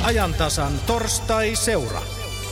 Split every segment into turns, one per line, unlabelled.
ajantasan torstai-seura.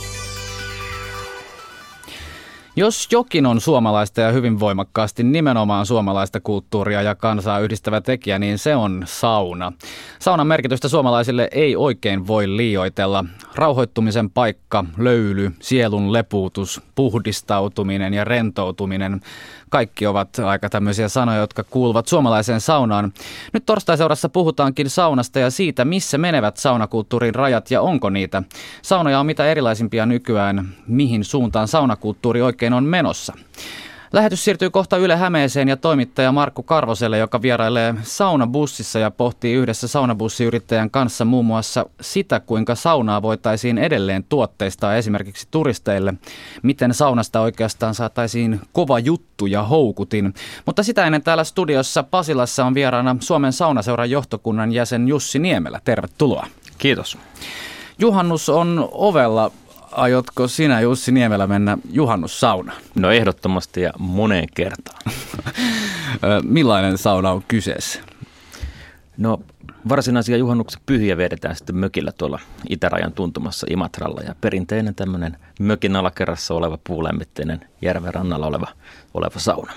Jos jokin on suomalaista ja hyvin voimakkaasti nimenomaan suomalaista kulttuuria ja kansaa yhdistävä tekijä, niin se on sauna. Saunan merkitystä suomalaisille ei oikein voi liioitella. Rauhoittumisen paikka, löyly, sielun lepuutus, puhdistautuminen ja rentoutuminen. Kaikki ovat aika tämmöisiä sanoja, jotka kuuluvat suomalaiseen saunaan. Nyt torstaiseurassa puhutaankin saunasta ja siitä, missä menevät saunakulttuurin rajat ja onko niitä. Saunoja on mitä erilaisimpia nykyään, mihin suuntaan saunakulttuuri oikein on menossa. Lähetys siirtyy kohta Yle Hämeeseen ja toimittaja Markku Karvoselle, joka vierailee saunabussissa ja pohtii yhdessä saunabussiyrittäjän kanssa muun muassa sitä, kuinka saunaa voitaisiin edelleen tuotteistaa esimerkiksi turisteille. Miten saunasta oikeastaan saataisiin kova juttu ja houkutin. Mutta sitä ennen täällä studiossa Pasilassa on vieraana Suomen saunaseuran johtokunnan jäsen Jussi Niemelä. Tervetuloa.
Kiitos.
Juhannus on ovella. Aiotko sinä, Jussi Niemelä, mennä juhannussaunaan?
No ehdottomasti ja moneen kertaan.
Millainen sauna on kyseessä?
No varsinaisia juhannuksen pyhiä vedetään sitten mökillä tuolla itärajan tuntumassa Imatralla. Ja perinteinen tämmöinen mökin alakerrassa oleva puulämmitteinen järven rannalla oleva sauna.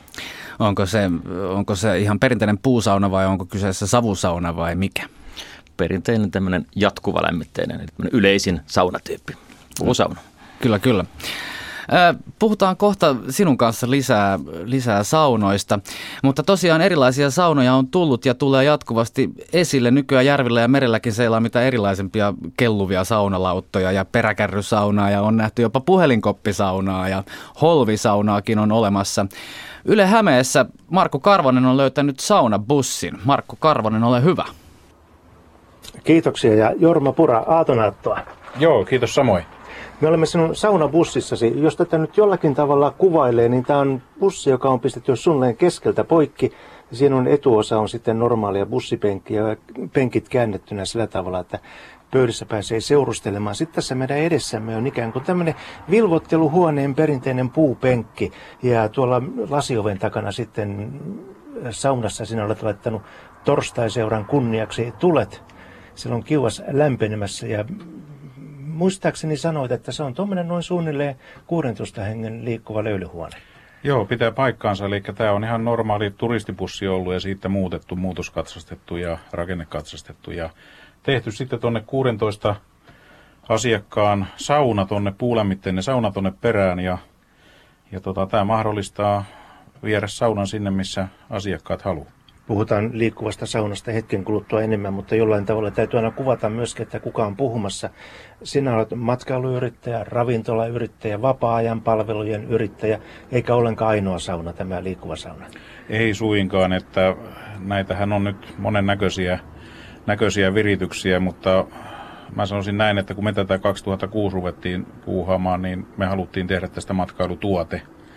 Onko se ihan perinteinen puusauna vai onko kyseessä savusauna vai mikä?
Perinteinen tämmöinen jatkuva lämmitteinen, eli yleisin saunatyyppi. Puusauna.
Kyllä. Puhutaan kohta sinun kanssa lisää saunoista, mutta tosiaan erilaisia saunoja on tullut ja tulee jatkuvasti esille. Nykyään järvillä ja merelläkin seilaa mitä erilaisempia kelluvia saunalauttoja ja peräkärrysaunaa ja on nähty jopa puhelinkoppisaunaa ja holvisaunaakin on olemassa. Yle Hämeessä Markku Karvonen on löytänyt saunabussin. Markku Karvonen, ole hyvä.
Kiitoksia ja Jorma Pura, aatonäyttöä.
Joo, kiitos samoin.
Me olemme sinun saunabussissasi. Jos tätä nyt jollakin tavalla kuvailee, niin tämä on bussi, joka on pistetty suunnilleen keskeltä poikki. Ja siinä etuosa on sitten normaalia bussipenkkiä ja penkit käännettynä sillä tavalla, että pöydissä pääsee seurustelemaan. Sitten tässä meidän edessämme on ikään kuin tämmöinen vilvotteluhuoneen perinteinen puupenkki. Ja tuolla lasioven takana sitten saunassa sinä olet laittanut torstaiseuran kunniaksi tulet. Siellä on kiuas lämpenemässä ja muistaakseni sanoit, että se on tuommoinen noin suunnilleen 16 hengen liikkuva löylyhuone.
Joo, pitää paikkaansa. Eli tämä on ihan normaali turistibussi ollut ja siitä muutoskatsastettu ja rakennekatsastettu. Ja tehty sitten tuonne 16 asiakkaan sauna, tuonne puulämmitteinen sauna tuonne perään. Ja tämä mahdollistaa viedä saunan sinne, missä asiakkaat haluaa.
Puhutaan liikkuvasta saunasta hetken kuluttua enemmän, mutta jollain tavalla täytyy aina kuvata myöskin, että kuka on puhumassa. Sinä olet matkailuyrittäjä, ravintolayrittäjä, vapaa-ajan palvelujen yrittäjä, eikä ollenkaan ainoa sauna, tämä liikkuva sauna.
Ei suinkaan, että näitähän on nyt monen näköisiä virityksiä, mutta mä sanoisin näin, että kun me tätä 2006 ruvettiin puuhaamaan, niin me haluttiin tehdä tästä matkailutuote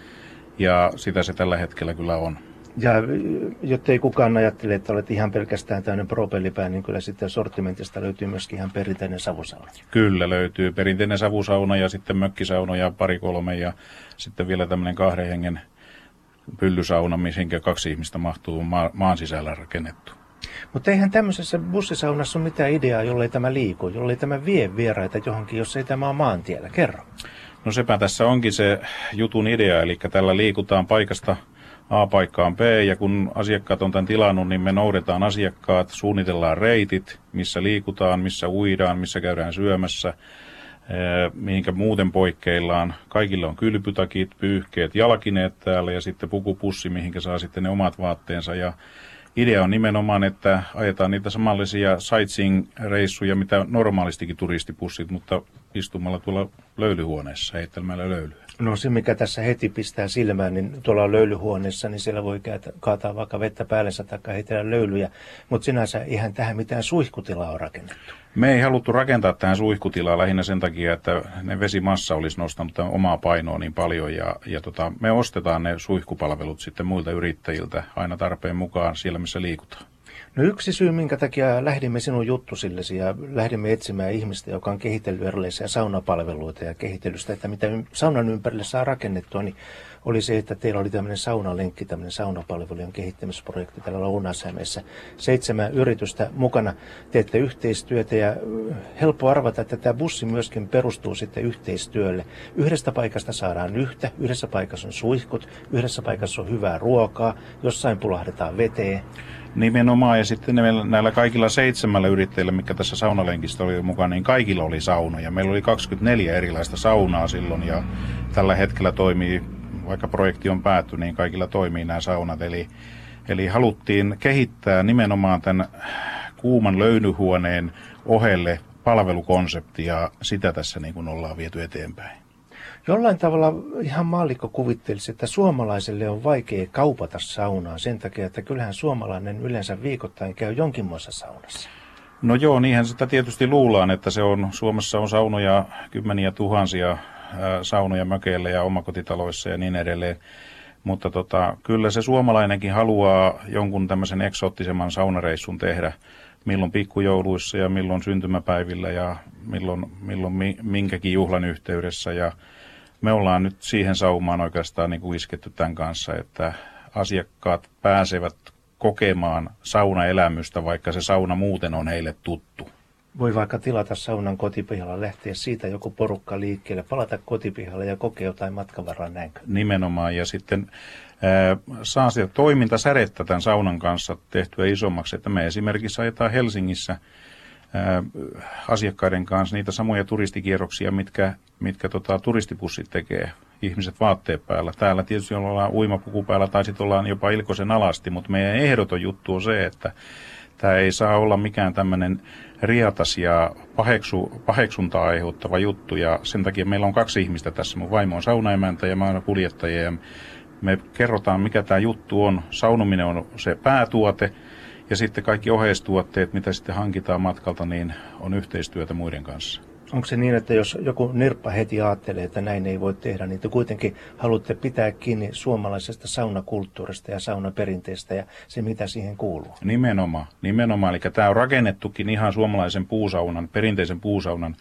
ja sitä se tällä hetkellä kyllä on.
Ja jottei kukaan ajattele, että olet ihan pelkästään tämmöinen propellipää, niin kyllä sitten sortimentista löytyy myöskin ihan perinteinen savusauna.
Kyllä löytyy perinteinen savusauna ja sitten mökkisauna ja 2-3 ja sitten vielä tämmöinen 2 hengen pyllysauna, mihinkä 2 ihmistä mahtuu maan sisällä rakennettu.
Mutta eihän tämmöisessä bussisaunassa ole mitään ideaa, jollei tämä liiku, jollei tämä vie vieraita johonkin, jos ei tämä ole maantiellä. Kerro.
No sepä tässä onkin se jutun idea, eli tällä liikutaan paikasta A paikkaan B, ja kun asiakkaat on tämän tilannut, niin me noudetaan asiakkaat, suunnitellaan reitit, missä liikutaan, missä uidaan, missä käydään syömässä, mihinkä muuten poikkeillaan. Kaikille on kylpytakit, pyyhkeet, jalkineet täällä ja sitten pukupussi, mihinkä saa sitten ne omat vaatteensa. Ja idea on nimenomaan, että ajetaan niitä samanlaisia sightseeing-reissuja, mitä normaalistikin turistipussit, mutta istumalla tuolla löylyhuoneessa, heittelemällä löylyä.
No se, mikä tässä heti pistää silmään, niin tuolla löylyhuoneessa, niin siellä voi kaataa vaikka vettä päällensä tai heitellä löylyjä, mutta sinänsä eihän tähän mitään suihkutilaa on rakennettu.
Me ei haluttu rakentaa tähän suihkutilaa lähinnä sen takia, että ne vesimassa olisi nostanut omaa painoa niin paljon ja me ostetaan ne suihkupalvelut sitten muilta yrittäjiltä aina tarpeen mukaan siellä, missä liikutaan.
No yksi syy, minkä takia lähdimme sinun juttusillesi ja lähdimme etsimään ihmistä, joka on kehitellyt erilaisia saunapalveluita ja kehitellyt sitä, että mitä saunan ympärille saa rakennettua, niin oli se, että teillä oli tämmöinen saunalenkki, tämmöinen saunapalvelujen kehittämisprojekti täällä Lounais-Hämeessä. 7 yritystä mukana, teette yhteistyötä ja helppo arvata, että tämä bussi myöskin perustuu sitten yhteistyölle. Yhdestä paikasta saadaan yhdessä paikassa on suihkut, yhdessä paikassa on hyvää ruokaa, jossain pulahdetaan veteen.
Nimenomaan, ja sitten näillä kaikilla 7 yrittäjillä, mikä tässä saunalenkistä oli mukana, niin kaikilla oli saunoja. Meillä oli 24 erilaista saunaa silloin, ja tällä hetkellä toimii, vaikka projekti on päättynyt, niin kaikilla toimii nämä saunat. Eli haluttiin kehittää nimenomaan tämän kuuman löylyhuoneen ohelle palvelukonsepti, ja sitä tässä niin kuin ollaan viety eteenpäin.
Jollain tavalla ihan maallikko kuvittelisi, että suomalaiselle on vaikea kaupata saunaa sen takia, että kyllähän suomalainen yleensä viikoittain käy jonkinmoisessa saunassa.
No joo, niinhän sitä tietysti luullaan, että Suomessa on saunoja kymmeniä tuhansia saunoja mökeillä ja omakotitaloissa ja niin edelleen. Mutta kyllä se suomalainenkin haluaa jonkun tämmöisen eksoottisemman saunareissun tehdä, milloin pikkujouluissa ja milloin syntymäpäivillä ja milloin minkäkin juhlan yhteydessä. Ja me ollaan nyt siihen saumaan oikeastaan niin kuin isketty tämän kanssa, että asiakkaat pääsevät kokemaan saunaelämystä, vaikka se sauna muuten on heille tuttu.
Voi vaikka tilata saunan kotipihalla, lähteä siitä joku porukka liikkeelle, palata kotipihalle ja kokea jotain matkan varrella, näinkö?
Nimenomaan, ja sitten saa sitä toimintasärettä tämän saunan kanssa tehtyä isommaksi, että me esimerkiksi ajetaan Helsingissä asiakkaiden kanssa niitä samoja turistikierroksia, mitkä turistibussit tekee, ihmiset vaatteet päällä. Täällä tietysti ollaan uimapuku päällä tai sitten ollaan jopa ilkoisen alasti, mutta meidän ehdoton juttu on se, että tämä ei saa olla mikään tämmöinen riatas ja paheksuntaa aiheuttava juttu, ja sen takia meillä on 2 ihmistä tässä. Mun vaimo on saunaemäntä ja mä oon kuljettaja, ja me kerrotaan, mikä tämä juttu on. Saunominen on se päätuote, ja sitten kaikki oheistuotteet, mitä sitten hankitaan matkalta, niin on yhteistyötä muiden kanssa.
Onko se niin, että jos joku nirppa heti ajattelee, että näin ei voi tehdä, niin te kuitenkin haluatte pitää kiinni suomalaisesta saunakulttuurista ja saunaperinteestä ja se, mitä siihen kuuluu? Nimenomaan.
Eli tämä on rakennettukin ihan suomalaisen puusaunan, perinteisen puusaunan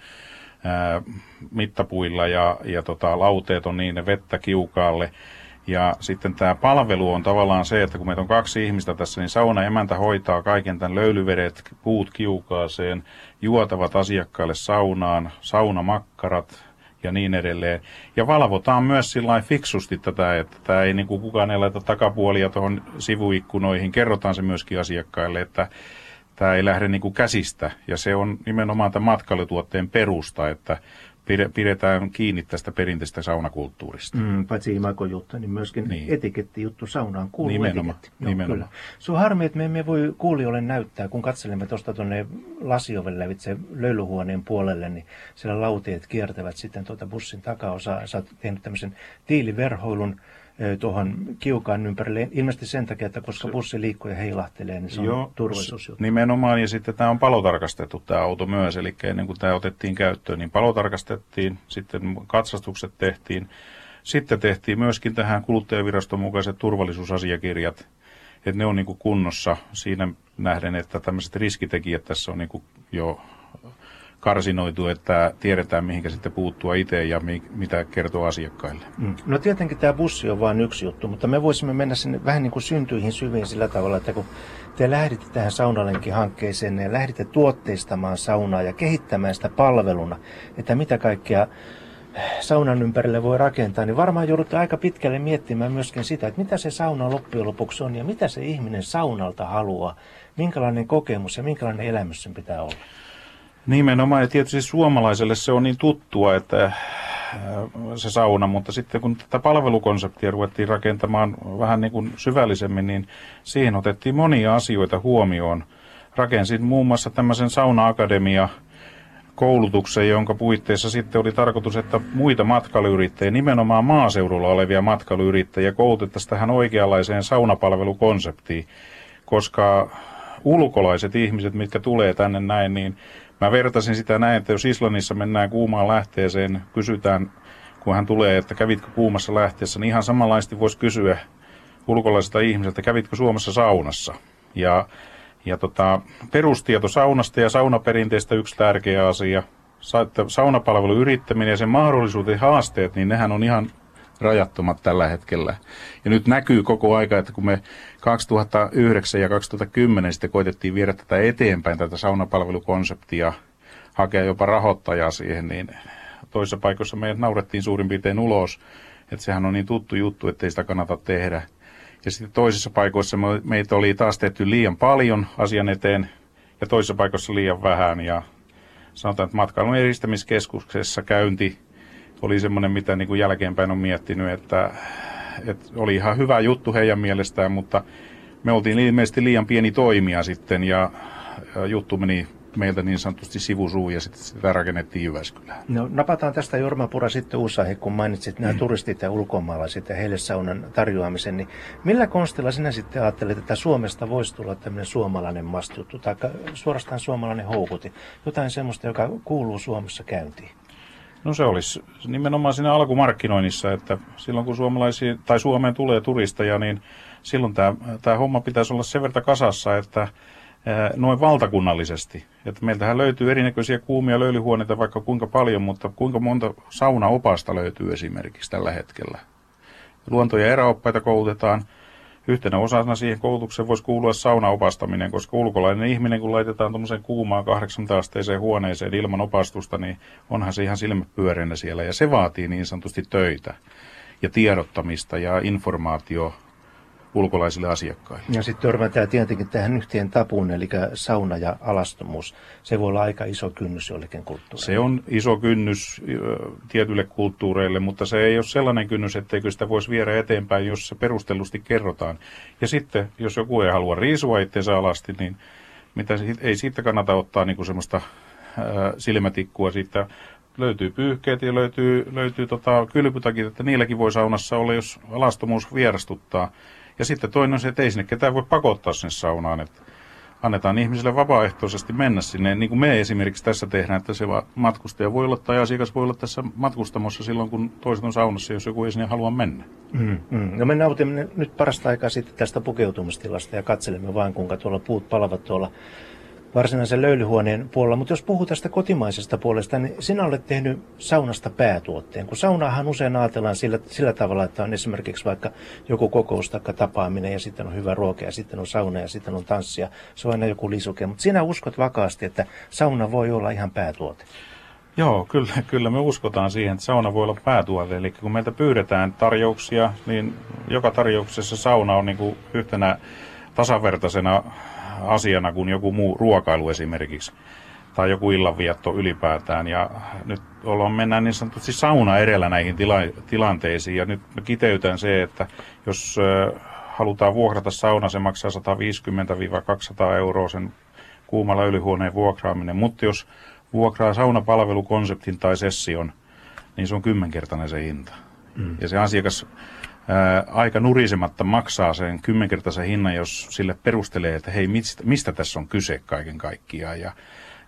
mittapuilla ja lauteet on niin, vettä kiukaalle. Ja sitten tämä palvelu on tavallaan se, että kun meitä on 2 ihmistä tässä, niin saunaemäntä hoitaa kaiken tämän löylyvedet, puut kiukaaseen, juotavat asiakkaille saunaan, saunamakkarat ja niin edelleen. Ja valvotaan myös sillä fiksusti tätä, että tämä ei niin kuin kukaan ei laita takapuolia tuohon sivuikkunoihin. Kerrotaan se myöskin asiakkaille, että tämä ei lähde niin kuin käsistä. Ja se on nimenomaan tämän matkailutuotteen perusta, että pidetään kiinni tästä perinteistä saunakulttuurista.
Paitsi imagojuttu, niin myöskin etikettijuttu saunaan kuuluu etiketti.
Nimenomaan.
Kyllä. Se on harmi, että me emme voi kuulijoille näyttää, kun katselemme tuosta tuonne lasioven lävitse löylyhuoneen puolelle, niin siellä lauteet kiertävät sitten tuota bussin takaosaa. Sä oot tehnyt tämmöisen tiiliverhoilun tuohon kiukaan ympärille, ilmeisesti sen takia, että koska bussi liikkuu ja heilahtelee, niin se on turvallisuusjuttu.
Nimenomaan, ja sitten tämä on palotarkastettu tämä auto myös, eli ennen kuin tämä otettiin käyttöön, niin palotarkastettiin, sitten katsastukset tehtiin, sitten tehtiin myöskin tähän kuluttajaviraston mukaiset turvallisuusasiakirjat, että ne on niin kuin kunnossa siinä nähden, että tämmöiset riskitekijät tässä on niin kuin jo karsinoitu, että tiedetään mihinkä sitten puuttua itse ja mitä kertoo asiakkaille.
No tietenkin tämä bussi on vain yksi juttu, mutta me voisimme mennä sinne vähän niin kuin syntyihin syviin sillä tavalla, että kun te lähditte tähän Saunalenki-hankkeeseen ja lähditte tuotteistamaan saunaa ja kehittämään sitä palveluna, että mitä kaikkea saunan ympärille voi rakentaa, niin varmaan joudutte aika pitkälle miettimään myöskin sitä, että mitä se sauna loppujen lopuksi on ja mitä se ihminen saunalta haluaa, minkälainen kokemus ja minkälainen elämys sen pitää olla.
Nimenomaan, ja tietysti suomalaiselle se on niin tuttua, että se sauna, mutta sitten kun tätä palvelukonseptia ruvettiin rakentamaan vähän niin kuin syvällisemmin, niin siihen otettiin monia asioita huomioon. Rakensin muun muassa tämmöisen sauna-akatemia-koulutuksen, jonka puitteissa sitten oli tarkoitus, että muita matkailuyrittäjiä, nimenomaan maaseudulla olevia matkailuyrittäjiä, koulutettaisiin tähän oikeanlaiseen saunapalvelukonseptiin, koska ulkolaiset ihmiset, mitkä tulee tänne näin, niin mä vertasin sitä näin, että jos Islannissa mennään kuumaan lähteeseen, kysytään, kun hän tulee, että kävitkö kuumassa lähteessä, niin ihan samanlaisesti voisi kysyä ulkolaiselta ihmiseltä, kävitkö Suomessa saunassa. Ja perustieto saunasta ja saunaperinteestä yksi tärkeä asia. Saunapalveluyrittäminen ja sen mahdollisuudet ja haasteet, niin nehän on ihan rajattomat tällä hetkellä. Ja nyt näkyy koko aika, että kun me 2009 ja 2010 sitten koitettiin viedä tätä eteenpäin, tätä saunapalvelukonseptia, hakea jopa rahoittajaa siihen, niin toisessa paikoissa meidät naurettiin suurin piirtein ulos, että sehän on niin tuttu juttu, ettei sitä kannata tehdä. Ja sitten toisissa paikoissa meitä oli taas tehty liian paljon asian eteen ja toisissa paikoissa liian vähän. Ja sanotaan, että matkailun edistämiskeskuksessa käynti oli semmoinen, mitä niin kuin jälkeenpäin on miettinyt, että oli ihan hyvä juttu heidän mielestään, mutta me oltiin ilmeisesti liian pieni toimija sitten ja juttu meni meiltä niin sanotusti sivusuun ja sitten sitä rakennettiin Jyväskylään.
No, napataan tästä Jorma Pura sitten Uusaihe, kun mainitsit nämä turistit ja ulkomaalaiset ja heille saunan tarjoamisen, niin millä konstilla sinä sitten ajattelet, että Suomesta voisi tulla tämmöinen suomalainen mastujuttu tai suorastaan suomalainen houkutin, jotain semmoista, joka kuuluu Suomessa käyntiin?
No se olisi nimenomaan siinä alkumarkkinoinnissa, että silloin kun Suomeen tulee turisteja, niin silloin tämä homma pitäisi olla sen verran kasassa, että noin valtakunnallisesti. Että meiltähän löytyy erinäköisiä kuumia löylyhuoneita vaikka kuinka paljon, mutta kuinka monta saunaopasta löytyy esimerkiksi tällä hetkellä. Luonto- ja eräoppaita koulutetaan. Yhtenä osana siihen koulutukseen voisi kuulua saunaopastaminen, koska ulkolainen ihminen, kun laitetaan tuommoiseen kuumaan 80-asteiseen huoneeseen ilman opastusta, niin onhan se ihan silmäpyöreänä siellä. Ja se vaatii niin sanotusti töitä ja tiedottamista ja informaatio ulkolaisille asiakkaille.
Ja sitten törmätään tietenkin tähän yhteen tapuun, eli sauna ja alastomuus. Se voi olla aika iso kynnys jollekin kulttuurille.
Se on iso kynnys tietyille kulttuureille, mutta se ei ole sellainen kynnys, etteikö sitä voisi viedä eteenpäin, jos se perustellusti kerrotaan. Ja sitten, jos joku ei halua riisua itseensä alasti, niin ei siitä kannata ottaa niin kuin semmoista silmätikkua siitä. Löytyy pyyhkeet ja löytyy kylpytakit, että niilläkin voi saunassa olla, jos alastomuus vierastuttaa. Ja sitten toinen on se, että ei sinne ketään voi pakottaa sinne saunaan, että annetaan ihmisille vapaaehtoisesti mennä sinne, niin kuin me esimerkiksi tässä tehdään, että se matkustaja voi olla tai asiakas voi olla tässä matkustamossa silloin, kun toiset on saunassa, jos joku ei sinne halua mennä.
No me nautimme nyt parasta aikaa sitten tästä pukeutumistilasta ja katselemme vain, kuinka tuolla puut palavat tuolla varsinaisen löylyhuoneen puolella. Mutta jos puhuu tästä kotimaisesta puolesta, niin sinä olet tehnyt saunasta päätuotteen. Kun saunaahan usein ajatellaan sillä tavalla, että on esimerkiksi vaikka joku kokous tai tapaaminen ja sitten on hyvä ruoka ja sitten on sauna ja sitten on tanssia. Se on aina joku lisuke. Mutta sinä uskot vakaasti, että sauna voi olla ihan päätuote.
Joo, kyllä me uskotaan siihen, että sauna voi olla päätuote. Eli kun meiltä pyydetään tarjouksia, niin joka tarjouksessa sauna on niin kuin yhtenä tasavertaisena asiana kuin joku muu ruokailu esimerkiksi, tai joku illanvietto ylipäätään. Ja nyt mennään niin sanotusti sauna edellä näihin tilanteisiin, ja nyt me kiteytään se, että jos halutaan vuokrata sauna, se maksaa 150-200 euroa sen kuumalla ylihuoneen vuokraaminen, mutta jos vuokraa saunapalvelukonseptin tai session, niin se on 10-kertainen se hinta. Ja se asiakas aika nurisematta maksaa sen 10-kertaisen hinnan, jos sille perustelee, että hei, mistä tässä on kyse kaiken kaikkiaan. Ja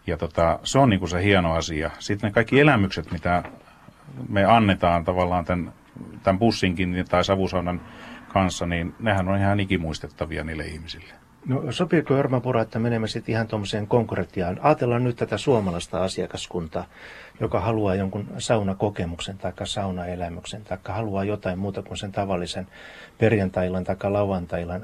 se on niin kuin se hieno asia. Sitten ne kaikki elämykset, mitä me annetaan tavallaan tämän bussinkin tai savusaunan kanssa, niin nehän on ihan ikimuistettavia niille ihmisille.
No sopiiko Jorma Pura, että menemme sitten ihan tuommoiseen konkretiaan? Ajatellaan nyt tätä suomalaista asiakaskuntaa, joka haluaa jonkun saunakokemuksen tai saunaelämyksen tai haluaa jotain muuta kuin sen tavallisen perjantailan tai lauantailan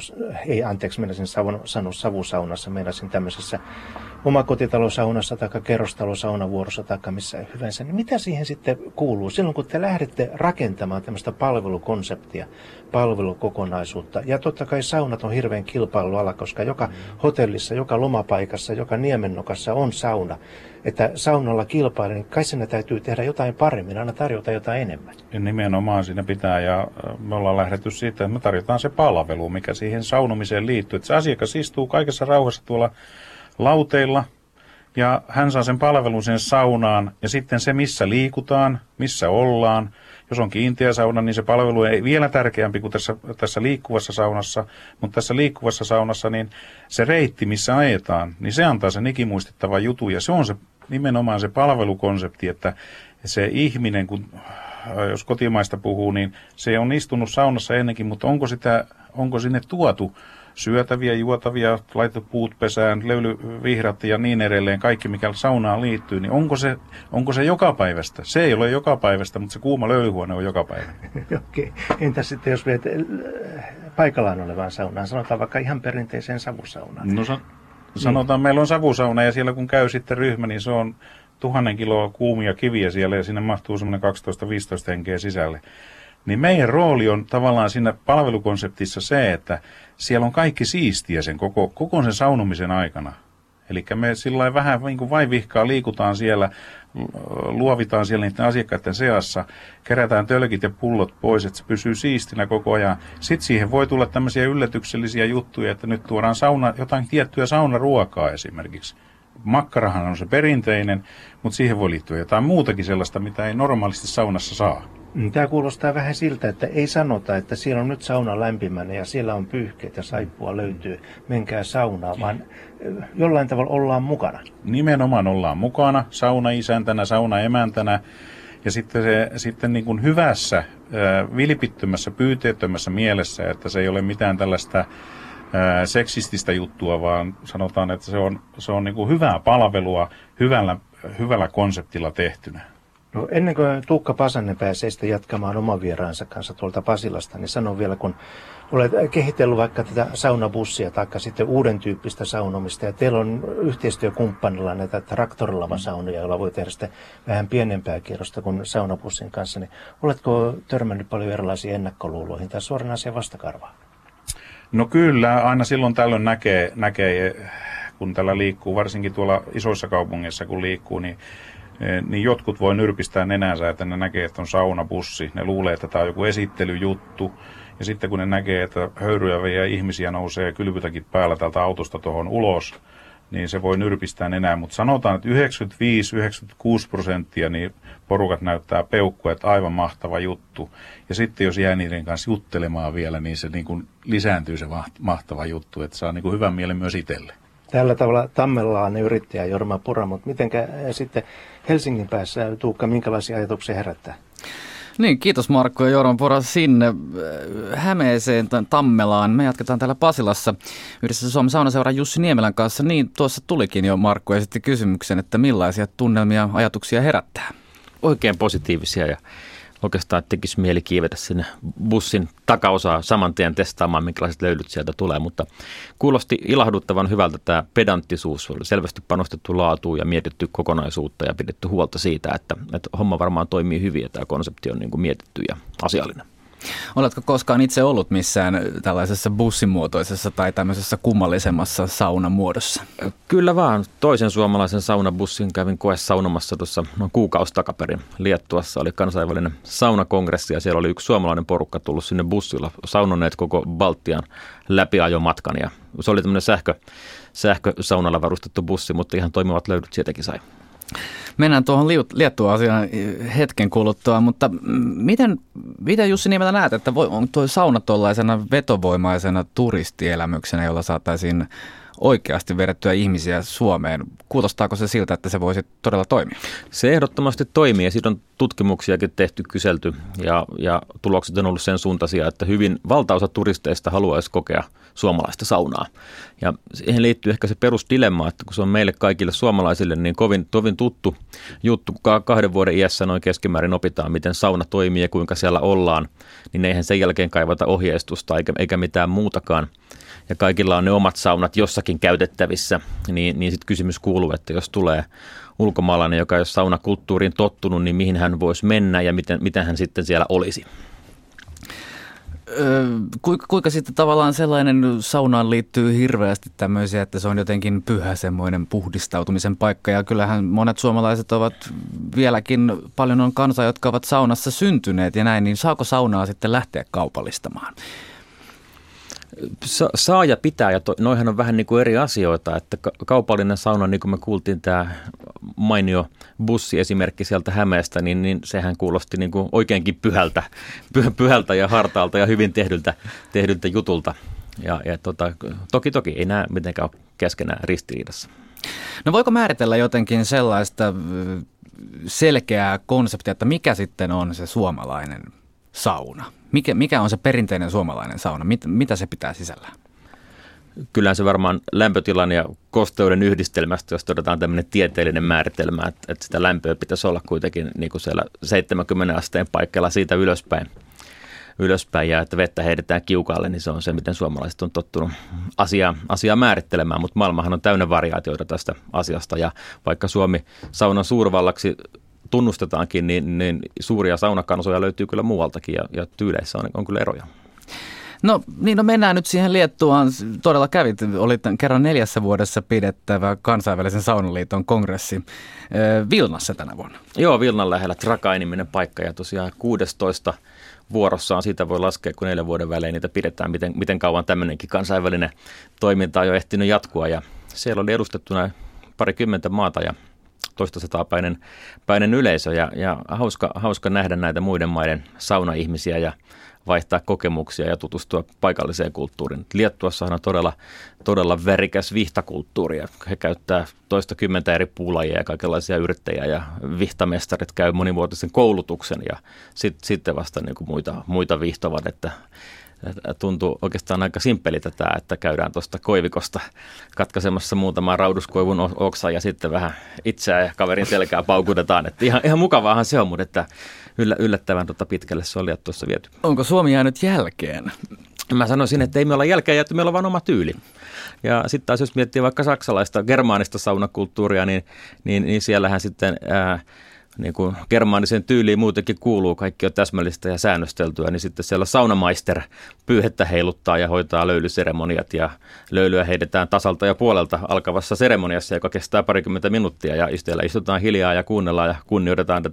savusaunassa, meinasin tämmöisessä omakotitalosaunassa tai kerrostalosaunavuorossa tai missä hyvänsä. Niin mitä siihen sitten kuuluu silloin, kun te lähdette rakentamaan tämmöistä palvelukonseptia, palvelukokonaisuutta? Ja totta kai saunat on hirveän kilpailuala, koska joka hotellissa, joka lomapaikassa, joka niemennokassa on sauna. Että saunalla kilpailee, niin kai siinä täytyy tehdä jotain paremmin, aina tarjota jotain enemmän.
Ja nimenomaan siinä pitää, ja me ollaan lähdetty siitä, että me tarjotaan se palvelu, mikä siihen saunomiseen liittyy. Että se asiakas istuu kaikessa rauhassa tuolla lauteilla, ja hän saa sen palvelun sen saunaan, ja sitten se, missä liikutaan, missä ollaan. Jos on kiinteä sauna, niin se palvelu ei vielä tärkeämpi kuin tässä liikkuvassa saunassa, mutta tässä liikkuvassa saunassa, niin se reitti, missä ajetaan, niin se antaa sen ikimuistettava jutu, ja se on se nimenomaan se palvelukonsepti, että se ihminen, jos kotimaista puhuu, niin se on istunut saunassa ennenkin, mutta onko sinne tuotu syötäviä, juotavia, laitettu puut pesään, löylyvihrat ja niin edelleen, kaikki mikä saunaan liittyy, niin onko se jokapäiväistä? Se ei ole jokapäiväistä, mutta se kuuma löylyhuone on jokapäiväinen.
Okei. Entäs sitten jos viet paikallaan olevaan saunaan, sanotaan vaikka ihan perinteiseen savusaunaan?
No sanotaan, meillä on savusauna ja siellä kun käy sitten ryhmä, niin se on 1000 kiloa kuumia kiviä siellä ja sinne mahtuu semmoinen 12-15 henkeä sisälle. Niin meidän rooli on tavallaan siinä palvelukonseptissa se, että siellä on kaikki siistiä sen koko sen saunomisen aikana. Eli me sillä vähän niin kuin vaivihkaa liikutaan siellä, luovitaan siellä niiden asiakkaiden seassa, kerätään tölkit ja pullot pois, että se pysyy siistinä koko ajan. Sitten siihen voi tulla tämmöisiä yllätyksellisiä juttuja, että nyt tuodaan jotain tiettyä saunaruokaa esimerkiksi. Makkarahan on se perinteinen, mutta siihen voi liittyä jotain muutakin sellaista, mitä ei normaalisti saunassa saa.
Tämä kuulostaa vähän siltä, että ei sanota, että siellä on nyt sauna lämpimänä ja siellä on pyyhkeet ja saippua löytyy, menkää saunaan, vaan jollain tavalla ollaan mukana.
Nimenomaan ollaan mukana, sauna-isäntänä, sauna-emäntänä ja sitten niin kuin hyvässä, vilpittömässä, pyyteettömässä mielessä, että se ei ole mitään tällaista seksististä juttua, vaan sanotaan, että se on niin kuin hyvää palvelua hyvällä konseptilla tehtynä.
No ennen kuin Tuukka Pasanen pääsee sitten jatkamaan oman vieraansa kanssa tuolta Pasilasta, niin sanon vielä, kun olet kehitellyt vaikka tätä saunabussia tai sitten uuden tyyppistä saunomista, ja teillä on yhteistyökumppanilla näitä traktorilavasaunoja, joilla voi tehdä sitten vähän pienempää kierrosta kuin saunabussin kanssa, niin oletko törmännyt paljon erilaisiin ennakkoluuloihin tai suoranaisia vastakarvaa?
No kyllä, aina silloin tällöin näkee, kun tällä liikkuu, varsinkin tuolla isoissa kaupungeissa kun liikkuu, niin jotkut voi nyrpistää nenänsä, että ne näkee, että on saunabussi. Ne luulee, että tämä on joku esittelyjuttu. Ja sitten kun ne näkee, että höyryjä ihmisiä nousee kylpytäkin päällä tältä autosta tuohon ulos, niin se voi nyrpistää nenää. Mutta sanotaan, että 95-96% niin porukat näyttää peukkua, että aivan mahtava juttu. Ja sitten jos jää niiden kanssa juttelemaan vielä, niin se niin kuin lisääntyy se mahtava juttu, että saa niin kuin hyvän mielen myös itselle.
Tällä tavalla tammellaan ne yrittäjä Jorma Pura, mutta mitenkä sitten Helsingin päässä, Tuukka, minkälaisia ajatuksia herättää?
Niin, kiitos Markku ja Jorma Pura sinne Hämeeseen Tammelaan. Me jatketaan täällä Pasilassa yhdessä Suomen saunaseuran Jussi Niemelän kanssa. Niin, tuossa tulikin jo Markku esitti kysymyksen, että millaisia tunnelmia ajatuksia herättää?
Oikein positiivisia ja oikeastaan tekisi mieli kiivetä sinne bussin takaosaa saman tien testaamaan, minkälaiset löydyt sieltä tulee, mutta kuulosti ilahduttavan hyvältä tämä pedanttisuus. Oli selvästi panostettu laatuun ja mietitty kokonaisuutta ja pidetty huolta siitä, että homma varmaan toimii hyvin ja tämä konsepti on niin kuin mietitty ja asiallinen.
Oletko koskaan itse ollut missään tällaisessa bussimuotoisessa tai tämmöisessä kummallisemmassa saunamuodossa?
Kyllä vaan. Toisen suomalaisen saunabussin kävin koesaunomassa tuossa noin kuukausi takaperin. Liettuassa oli kansainvälinen saunakongressi ja siellä oli yksi suomalainen porukka tullut sinne bussilla. Saunoneet koko Baltian läpiajomatkan ja se oli tämmöinen sähkösaunalla varustettu bussi, mutta ihan toimivat löydyt sieltäkin sai.
Mennään tuohon Liettua-asiaan hetken kuluttua, mutta miten Jussi Niemelä näet, että on tuo sauna tuollaisena vetovoimaisena turistielämyksenä, jolla saataisiin oikeasti vedettyä ihmisiä Suomeen? Kuulostaako se siltä, että se voisi todella toimia?
Se ehdottomasti toimii ja siitä on tutkimuksiakin tehty, kyselty ja tulokset on ollut sen suuntaisia, että hyvin valtaosa turisteista haluaisi kokea suomalaista saunaa. Ja siihen liittyy ehkä se perusdilemma, että kun se on meille kaikille suomalaisille niin kovin tuttu juttu, kun 2 vuoden iässä noin keskimäärin opitaan, miten sauna toimii ja kuinka siellä ollaan, niin eihän sen jälkeen kaivata ohjeistusta eikä mitään muutakaan. Ja kaikilla on ne omat saunat jossakin käytettävissä, niin sitten kysymys kuuluu, että jos tulee ulkomaalainen, joka ei ole saunakulttuuriin tottunut, niin mihin hän voisi mennä ja miten hän sitten siellä olisi?
Kuinka sitten tavallaan sellainen saunaan liittyy hirveästi tämmöisiä, että se on jotenkin pyhä semmoinen puhdistautumisen paikka ja kyllähän monet suomalaiset ovat vieläkin, paljon on kansaa, jotka ovat saunassa syntyneet ja näin, niin saako saunaa sitten lähteä kaupallistamaan?
Saa ja pitää, ja noihän on vähän niin kuin eri asioita, että kaupallinen sauna, niin kuin me kuultiin tämä mainio bussiesimerkki sieltä Hämeestä, niin sehän kuulosti niin kuin oikeinkin pyhältä ja hartaalta ja hyvin tehdyltä jutulta. Ja toki ei nämä mitenkään ole keskenään ristiriidassa.
No voiko määritellä jotenkin sellaista selkeää konseptia, että mikä sitten on se suomalainen sauna? Mikä on se perinteinen suomalainen sauna? Mitä se pitää sisällään?
kyllähän se varmaan lämpötilan ja kosteuden yhdistelmästä, jos todetaan tämmöinen tieteellinen määritelmä, että sitä lämpöä pitäisi olla kuitenkin niin kuin siellä 70 asteen paikalla siitä ylöspäin ja että vettä heitetään kiukaalle, niin se on se, miten suomalaiset on tottunut asiaa määrittelemään, mutta maailmahan on täynnä variaatioita tästä asiasta ja vaikka Suomi saunan suurvallaksi tunnustetaankin, niin suuria saunakansoja löytyy kyllä muualtakin ja tyyleissä on kyllä eroja.
No mennään nyt siihen Liettuaan. Todella olit kerran 4 vuodessa pidettävä kansainvälisen saunaliiton kongressi Vilnassa tänä vuonna.
Joo, Vilnan lähellä Trakai-niminen paikka ja tosiaan 16 vuorossaan siitä voi laskea, kun 4 vuoden välein niitä pidetään, miten kauan tämmöinenkin kansainvälinen toiminta on jo ehtinyt jatkua ja siellä oli edustettuna 20 maata ja toista satapäinen yleisö ja hauska nähdä näitä muiden maiden saunaihmisiä ja vaihtaa kokemuksia ja tutustua paikalliseen kulttuuriin. Liettuassahan on todella värikäs vihtakulttuuri ja he käyttää 20 eri puulajia ja kaikenlaisia yrittäjiä ja vihtamestarit käy monivuotisen koulutuksen ja sitten vasta niin kuin muita vihtovat, että tuntuu oikeastaan aika simppelitä tämä, että käydään tuosta koivikosta katkaisemassa muutamaa rauduskoivun oksaa ja sitten vähän itseään ja kaverin selkää paukutetaan. Että ihan mukavaahan se on, mutta että yllättävän pitkälle se on Liettuassa viety.
Onko Suomi jäänyt jälkeen?
Mä sanoisin, että ei me olla jälkeen jääty, meillä on vaan oma tyyli. Ja sitten taas jos miettii vaikka saksalaista, germaanista saunakulttuuria, niin siellähän sitten niin kuin germaaniseen tyyliin muutenkin kuuluu, kaikki on täsmällistä ja säännösteltyä, niin sitten siellä saunamaister pyyhettä heiluttaa ja hoitaa löylyseremoniat ja löylyä heitetään tasalta ja puolelta alkavassa seremoniassa, joka kestää 20 minuuttia ja siellä istutaan hiljaa ja kuunnellaan ja kunnioitetaan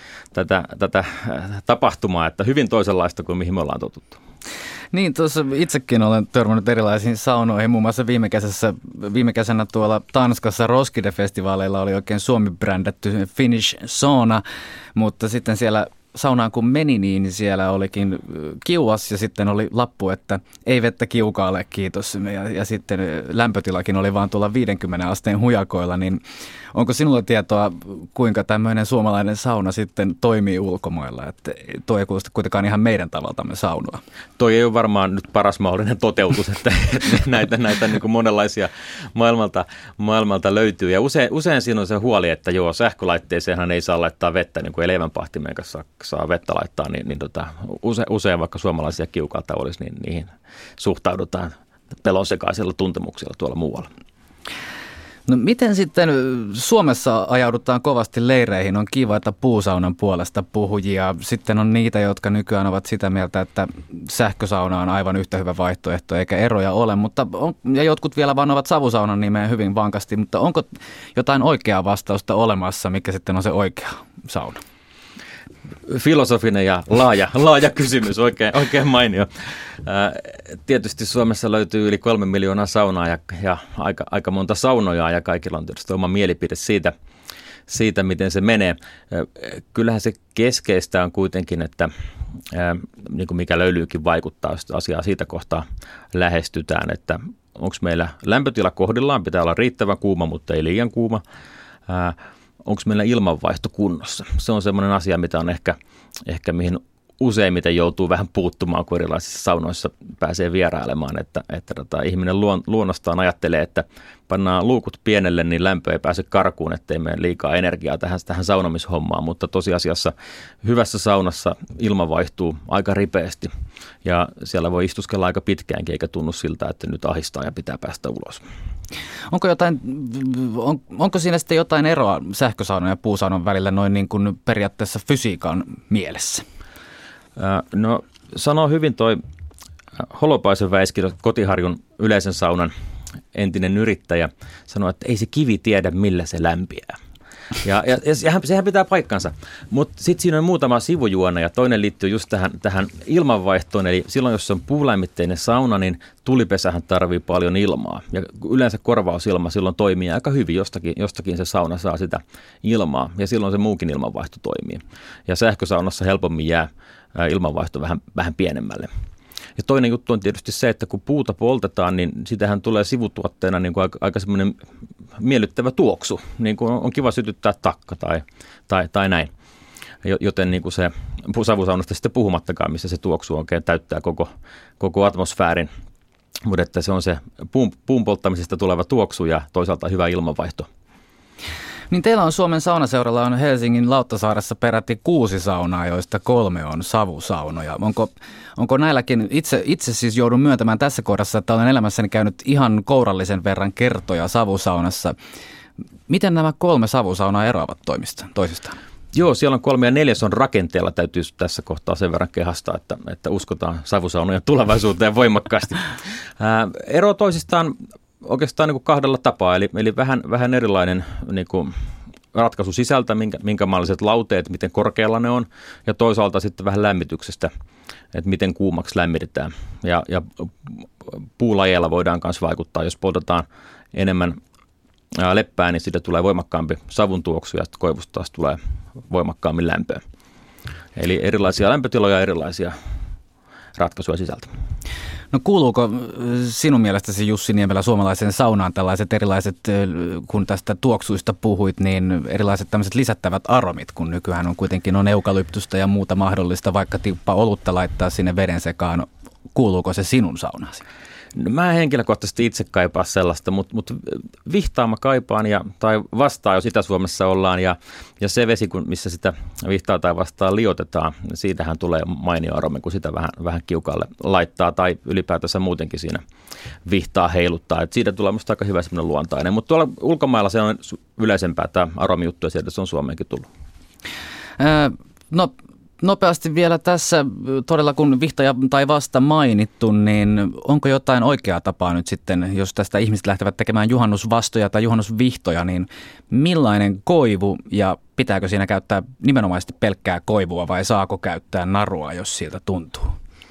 tätä tapahtumaa, että hyvin toisenlaista kuin mihin me ollaan totuttu.
Niin, tuossa itsekin olen törmännyt erilaisiin saunoihin. Muun muassa viime kesänä tuolla Tanskassa Roskilde-festivaaleilla oli oikein Suomi-brändätty Finnish sauna, mutta sitten siellä saunaan kun meni, niin siellä olikin kiuas ja sitten oli lappu, että ei vettä kiukaalle, kiitos. Ja sitten lämpötilakin oli vaan tuolla 50 asteen hujakoilla, niin onko sinulla tietoa, kuinka tämmöinen suomalainen sauna sitten toimii ulkomailla? Että tuo ei kuulosta kuitenkaan ihan meidän tavaltamme saunoa.
Toi ei ole varmaan nyt paras mahdollinen toteutus, että näitä niin kuin monenlaisia maailmalta löytyy. Ja usein siinä on se huoli, että joo, sähkölaitteeseenhan ei saa laittaa vettä, niin kuin ei leivänpahtimeen kanssa saa vettä laittaa, niin usein vaikka suomalaisia kiukalta olisi, niin niihin suhtaudutaan pelonsekaisella tuntemuksella tuolla muualla.
No miten sitten Suomessa ajaudutaan kovasti leireihin? On kiva, että puusaunan puolesta puhujia. Sitten on niitä, jotka nykyään ovat sitä mieltä, että sähkösauna on aivan yhtä hyvä vaihtoehto, eikä eroja ole. Ja jotkut vielä vaan ovat savusaunan nimeen hyvin vankasti, mutta onko jotain oikeaa vastausta olemassa, mikä sitten on se oikea sauna?
Filosofinen ja laaja kysymys, oikein mainio. Tietysti Suomessa löytyy yli 3 miljoonaa saunaa ja aika monta saunojaa ja kaikilla on tietysti oma mielipide siitä, miten se menee. Kyllähän se keskeistä on kuitenkin, että niin kuin mikä löylyykin vaikuttaa, jos asiaa siitä kohtaa lähestytään, että onko meillä lämpötila kohdillaan, pitää olla riittävän kuuma, mutta ei liian kuuma. Onko meillä ilmanvaihto kunnossa? Se on semmoinen asia, mitä on ehkä mihin useimmiten joutuu vähän puuttumaan, kun erilaisissa saunoissa pääsee vierailemaan, että ihminen luonnostaan ajattelee, että pannaan luukut pienelle, niin lämpö ei pääse karkuun, ettei mene liikaa energiaa tähän saunomishommaan, mutta tosiasiassa hyvässä saunassa ilma vaihtuu aika ripeästi ja siellä voi istuskella aika pitkäänkin, eikä tunnu siltä, että nyt ahistaa ja pitää päästä ulos. Onko siinä sitten jotain eroa sähkösaunan ja puusaunan välillä noin niin kuin periaatteessa fysiikan mielessä? No sanoo hyvin toi Holopaisen Väiski, Kotiharjun yleisen saunan entinen yrittäjä, sanoi, että ei se kivi tiedä millä se lämpiää. Ja sehän pitää paikkansa, mutta sitten siinä on muutama sivujuone ja toinen liittyy just tähän ilmanvaihtoon, eli silloin jos on puulämmitteinen sauna, niin tulipesähän tarvii paljon ilmaa ja yleensä korvausilma silloin toimii aika hyvin, jostakin se sauna saa sitä ilmaa ja silloin se muukin ilmanvaihto toimii ja sähkösaunassa helpommin jää ilmanvaihto vähän pienemmälle. Ja toinen juttu on tietysti se, että kun puuta poltetaan, niin sitähän tulee sivutuotteena niin kuin aika semmoinen miellyttävä tuoksu. Niin kuin on kiva sytyttää takka tai näin. Joten niin kuin se savusaunasta sitten puhumattakaan, missä se tuoksu oikein täyttää koko atmosfäärin. mutta että se on se puun polttamisesta tuleva tuoksu ja toisaalta hyvä ilmanvaihto.
Niin teillä on Suomen saunaseuralla on Helsingin Lauttasaaressa peräti 6 saunaa, joista 3 on savusaunoja. Onko näilläkin, itse siis joudun myöntämään tässä kohdassa, että olen elämässäni käynyt ihan kourallisen verran kertoja savusaunassa. Miten nämä 3 savusaunaa eroavat toisistaan?
Joo, siellä on 3 ja 4 on rakenteella, täytyy tässä kohtaa sen verran kehastaa, että uskotaan savusaunojen tulevaisuuteen voimakkaasti. Ero toisistaan oikeastaan niin kuin 2 tapaa, eli vähän erilainen niin kuin ratkaisu sisältä, minkä malliset lauteet, miten korkealla ne on, ja toisaalta sitten vähän lämmityksestä, että miten kuumaksi lämmitetään. Ja puulajeilla voidaan myös vaikuttaa, jos poltetaan enemmän leppää, niin siitä tulee voimakkaampi savun tuoksu ja sitten koivusta taas tulee voimakkaammin lämpöä. Eli erilaisia lämpötiloja ja erilaisia ratkaisuja sisältä.
No kuuluuko sinun mielestäsi Jussi Niemelä suomalaisen saunaan tällaiset erilaiset, kun tästä tuoksuista puhuit, niin erilaiset tämmöiset lisättävät aromit, kun nykyään on kuitenkin eukalyptusta ja muuta mahdollista, vaikka tippa olutta laittaa sinne veden sekaan. Kuuluuko se sinun saunaasi?
No, mä henkilökohtaisesti itse kaipaa sellaista, mutta vihtaa mä kaipaan tai vastaa, jos Itä-Suomessa ollaan ja se vesi, missä sitä vihtaa tai vastaa liotetaan, siitähän tulee mainio aromi, kun sitä vähän kiukalle laittaa tai ylipäätänsä muutenkin siinä vihtaa heiluttaa. Et siitä tulee musta aika hyvä semmoinen luontainen, mutta tuolla ulkomailla se on yleisempää tämä aromijuttu ja sieltä se on Suomeenkin tullut.
Nopeasti vielä tässä, todella kun vihta tai vasta mainittu, niin onko jotain oikeaa tapaa nyt sitten, jos tästä ihmiset lähtevät tekemään juhannusvastoja tai juhannusvihtoja, niin millainen koivu ja pitääkö siinä käyttää nimenomaisesti pelkkää koivua vai saako käyttää narua, jos siltä tuntuu?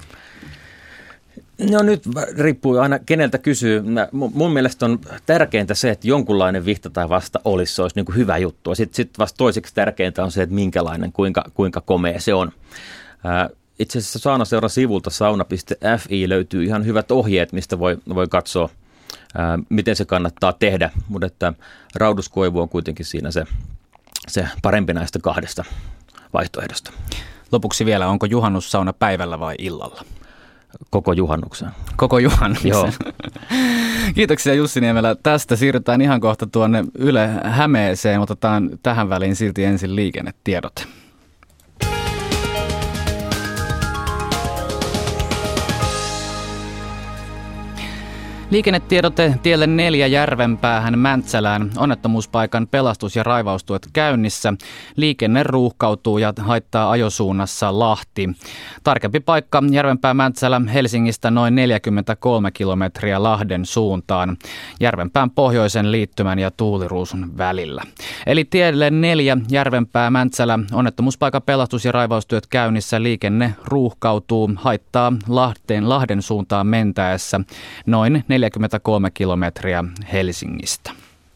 No nyt riippuu aina keneltä kysyy. Mun mielestä on tärkeintä se, että jonkunlainen vihta tai vasta olisi, se olisi niin kuin hyvä juttu. Sitten vasta toiseksi tärkeintä on se, että minkälainen, kuinka komea se on. Itse asiassa Saunaseuran sivulta sauna.fi löytyy ihan hyvät ohjeet, mistä voi katsoa, miten se kannattaa tehdä. Mutta että rauduskoivu on kuitenkin siinä se parempi näistä 2 vaihtoehdosta.
Lopuksi vielä, onko juhannussauna päivällä vai illalla?
Koko juhannuksen.
Koko juhannuksen.
Joo.
Kiitoksia Jussi Niemelä. Tästä siirrytään ihan kohta tuonne Yle Hämeeseen. Otetaan tähän väliin silti ensin liikennetiedote. Liikennetiedote tielle 4 Järvenpäähän Mäntsälään. Onnettomuuspaikan pelastus- ja raivaustyöt käynnissä. Liikenne ruuhkautuu ja haittaa ajosuunnassa Lahti. Tarkempi paikka Järvenpää-Mäntsälä Helsingistä noin 43 kilometriä Lahden suuntaan. Järvenpään pohjoisen liittymän ja Tuuliruusun välillä. Eli tielle 4 Järvenpää-Mäntsälä. Onnettomuuspaikan pelastus- ja raivaustyöt käynnissä. Liikenne ruuhkautuu, haittaa Lahden suuntaan mentäessä noin 43 kilometriä Helsingistä.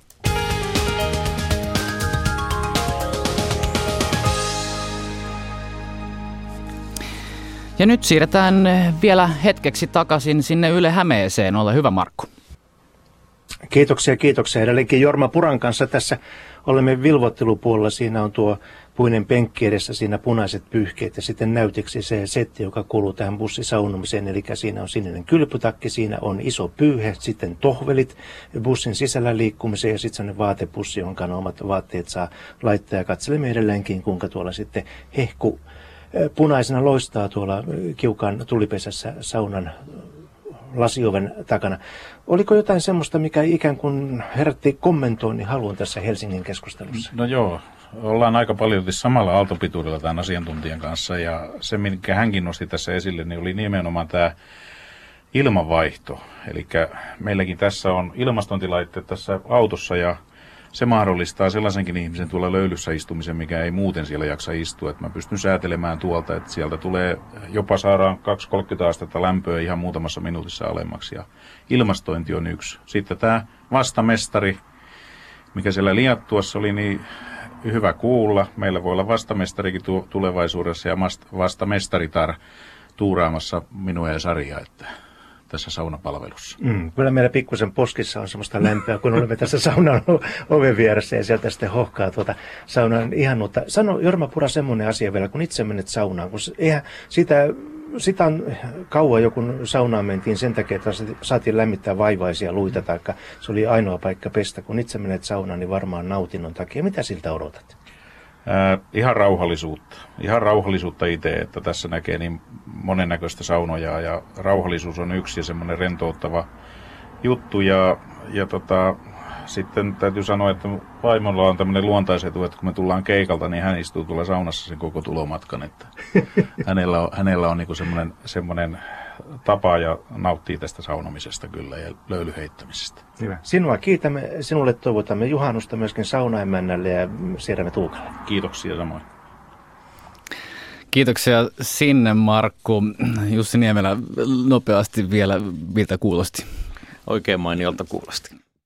Ja nyt siirretään vielä hetkeksi takaisin sinne Yle Hämeeseen. Ole hyvä, Markku.
Kiitoksia. Edelleenkin Jorma Puran kanssa tässä olemme vilvottelupuolella. Siinä on tuo puinen penkki edessä, siinä punaiset pyyhkeet ja sitten näytiksi se setti, joka kuuluu tähän bussisaunomiseen. Eli siinä on sininen kylpytakki, siinä on iso pyyhe, sitten tohvelit bussin sisällä liikkumiseen ja sitten sellainen vaatepussi, jonka omat vaatteet saa laittaa. Ja katselemme edelleenkin, kuinka tuolla sitten hehku punaisena loistaa tuolla kiukaan tulipesässä saunan lasioven takana. Oliko jotain semmoista, mikä ikään kuin herätti kommentoinnin haluan tässä Helsingin keskustelussa?
No joo, ollaan aika paljon samalla aaltopituudella tämän asiantuntijan kanssa ja se, minkä hänkin nosti tässä esille, niin oli nimenomaan tämä ilmanvaihto. Eli meilläkin tässä on ilmastointilaitteet tässä autossa ja se mahdollistaa sellaisenkin ihmisen tuolla löylyssä istumisen, mikä ei muuten siellä jaksa istua. Että mä pystyn säätelemään tuolta, että sieltä tulee jopa saadaan 2-30 astetta lämpöä ihan muutamassa minuutissa alemmaksi. Ja ilmastointi on yksi. Sitten tämä vastamestari, mikä siellä Liattuassa oli niin hyvä kuulla. Meillä voi olla vastamestarikin tulevaisuudessa ja vastamestaritar tuuraamassa minua ja Saria, että tässä saunapalvelussa.
Kyllä meillä pikkusen poskissa on semmoista lämpöä, kun olemme tässä saunan oven vieressä ja sieltä sitten hohkaa tuota saunan ihanuutta. Sano Jorma Pura semmoinen asia vielä, kun itse menet saunaan, kun eihän sitä sitä on kauan jo, kun saunaan mentiin sen takia, että saatiin lämmittää vaivaisia luita, taikka se oli ainoa paikka pestä. Kun itse menet saunaan, niin varmaan nautinnon takia. Mitä siltä odotat?
Ihan rauhallisuutta. Ihan rauhallisuutta itse, että tässä näkee niin monennäköistä saunojaa ja rauhallisuus on yksi ja semmoinen rentouttava juttu ja sitten täytyy sanoa, että vaimolla on tämmöinen luontaisetu, että kun me tullaan keikalta, niin hän istuu tuolla saunassa sen koko tulomatkan, että hänellä on niinku semmoinen tapa ja nauttii tästä saunomisesta kyllä ja löylyheittämisestä.
Hyvä. Sinua kiitämme, sinulle toivotamme juhannusta myöskin saunaemännälle ja siirrämme Tuukalle.
Kiitoksia samoin.
Kiitoksia sinne, Markku. Jussi Niemelä, nopeasti vielä, miltä kuulosti?
Oikein mainiolta kuulosti.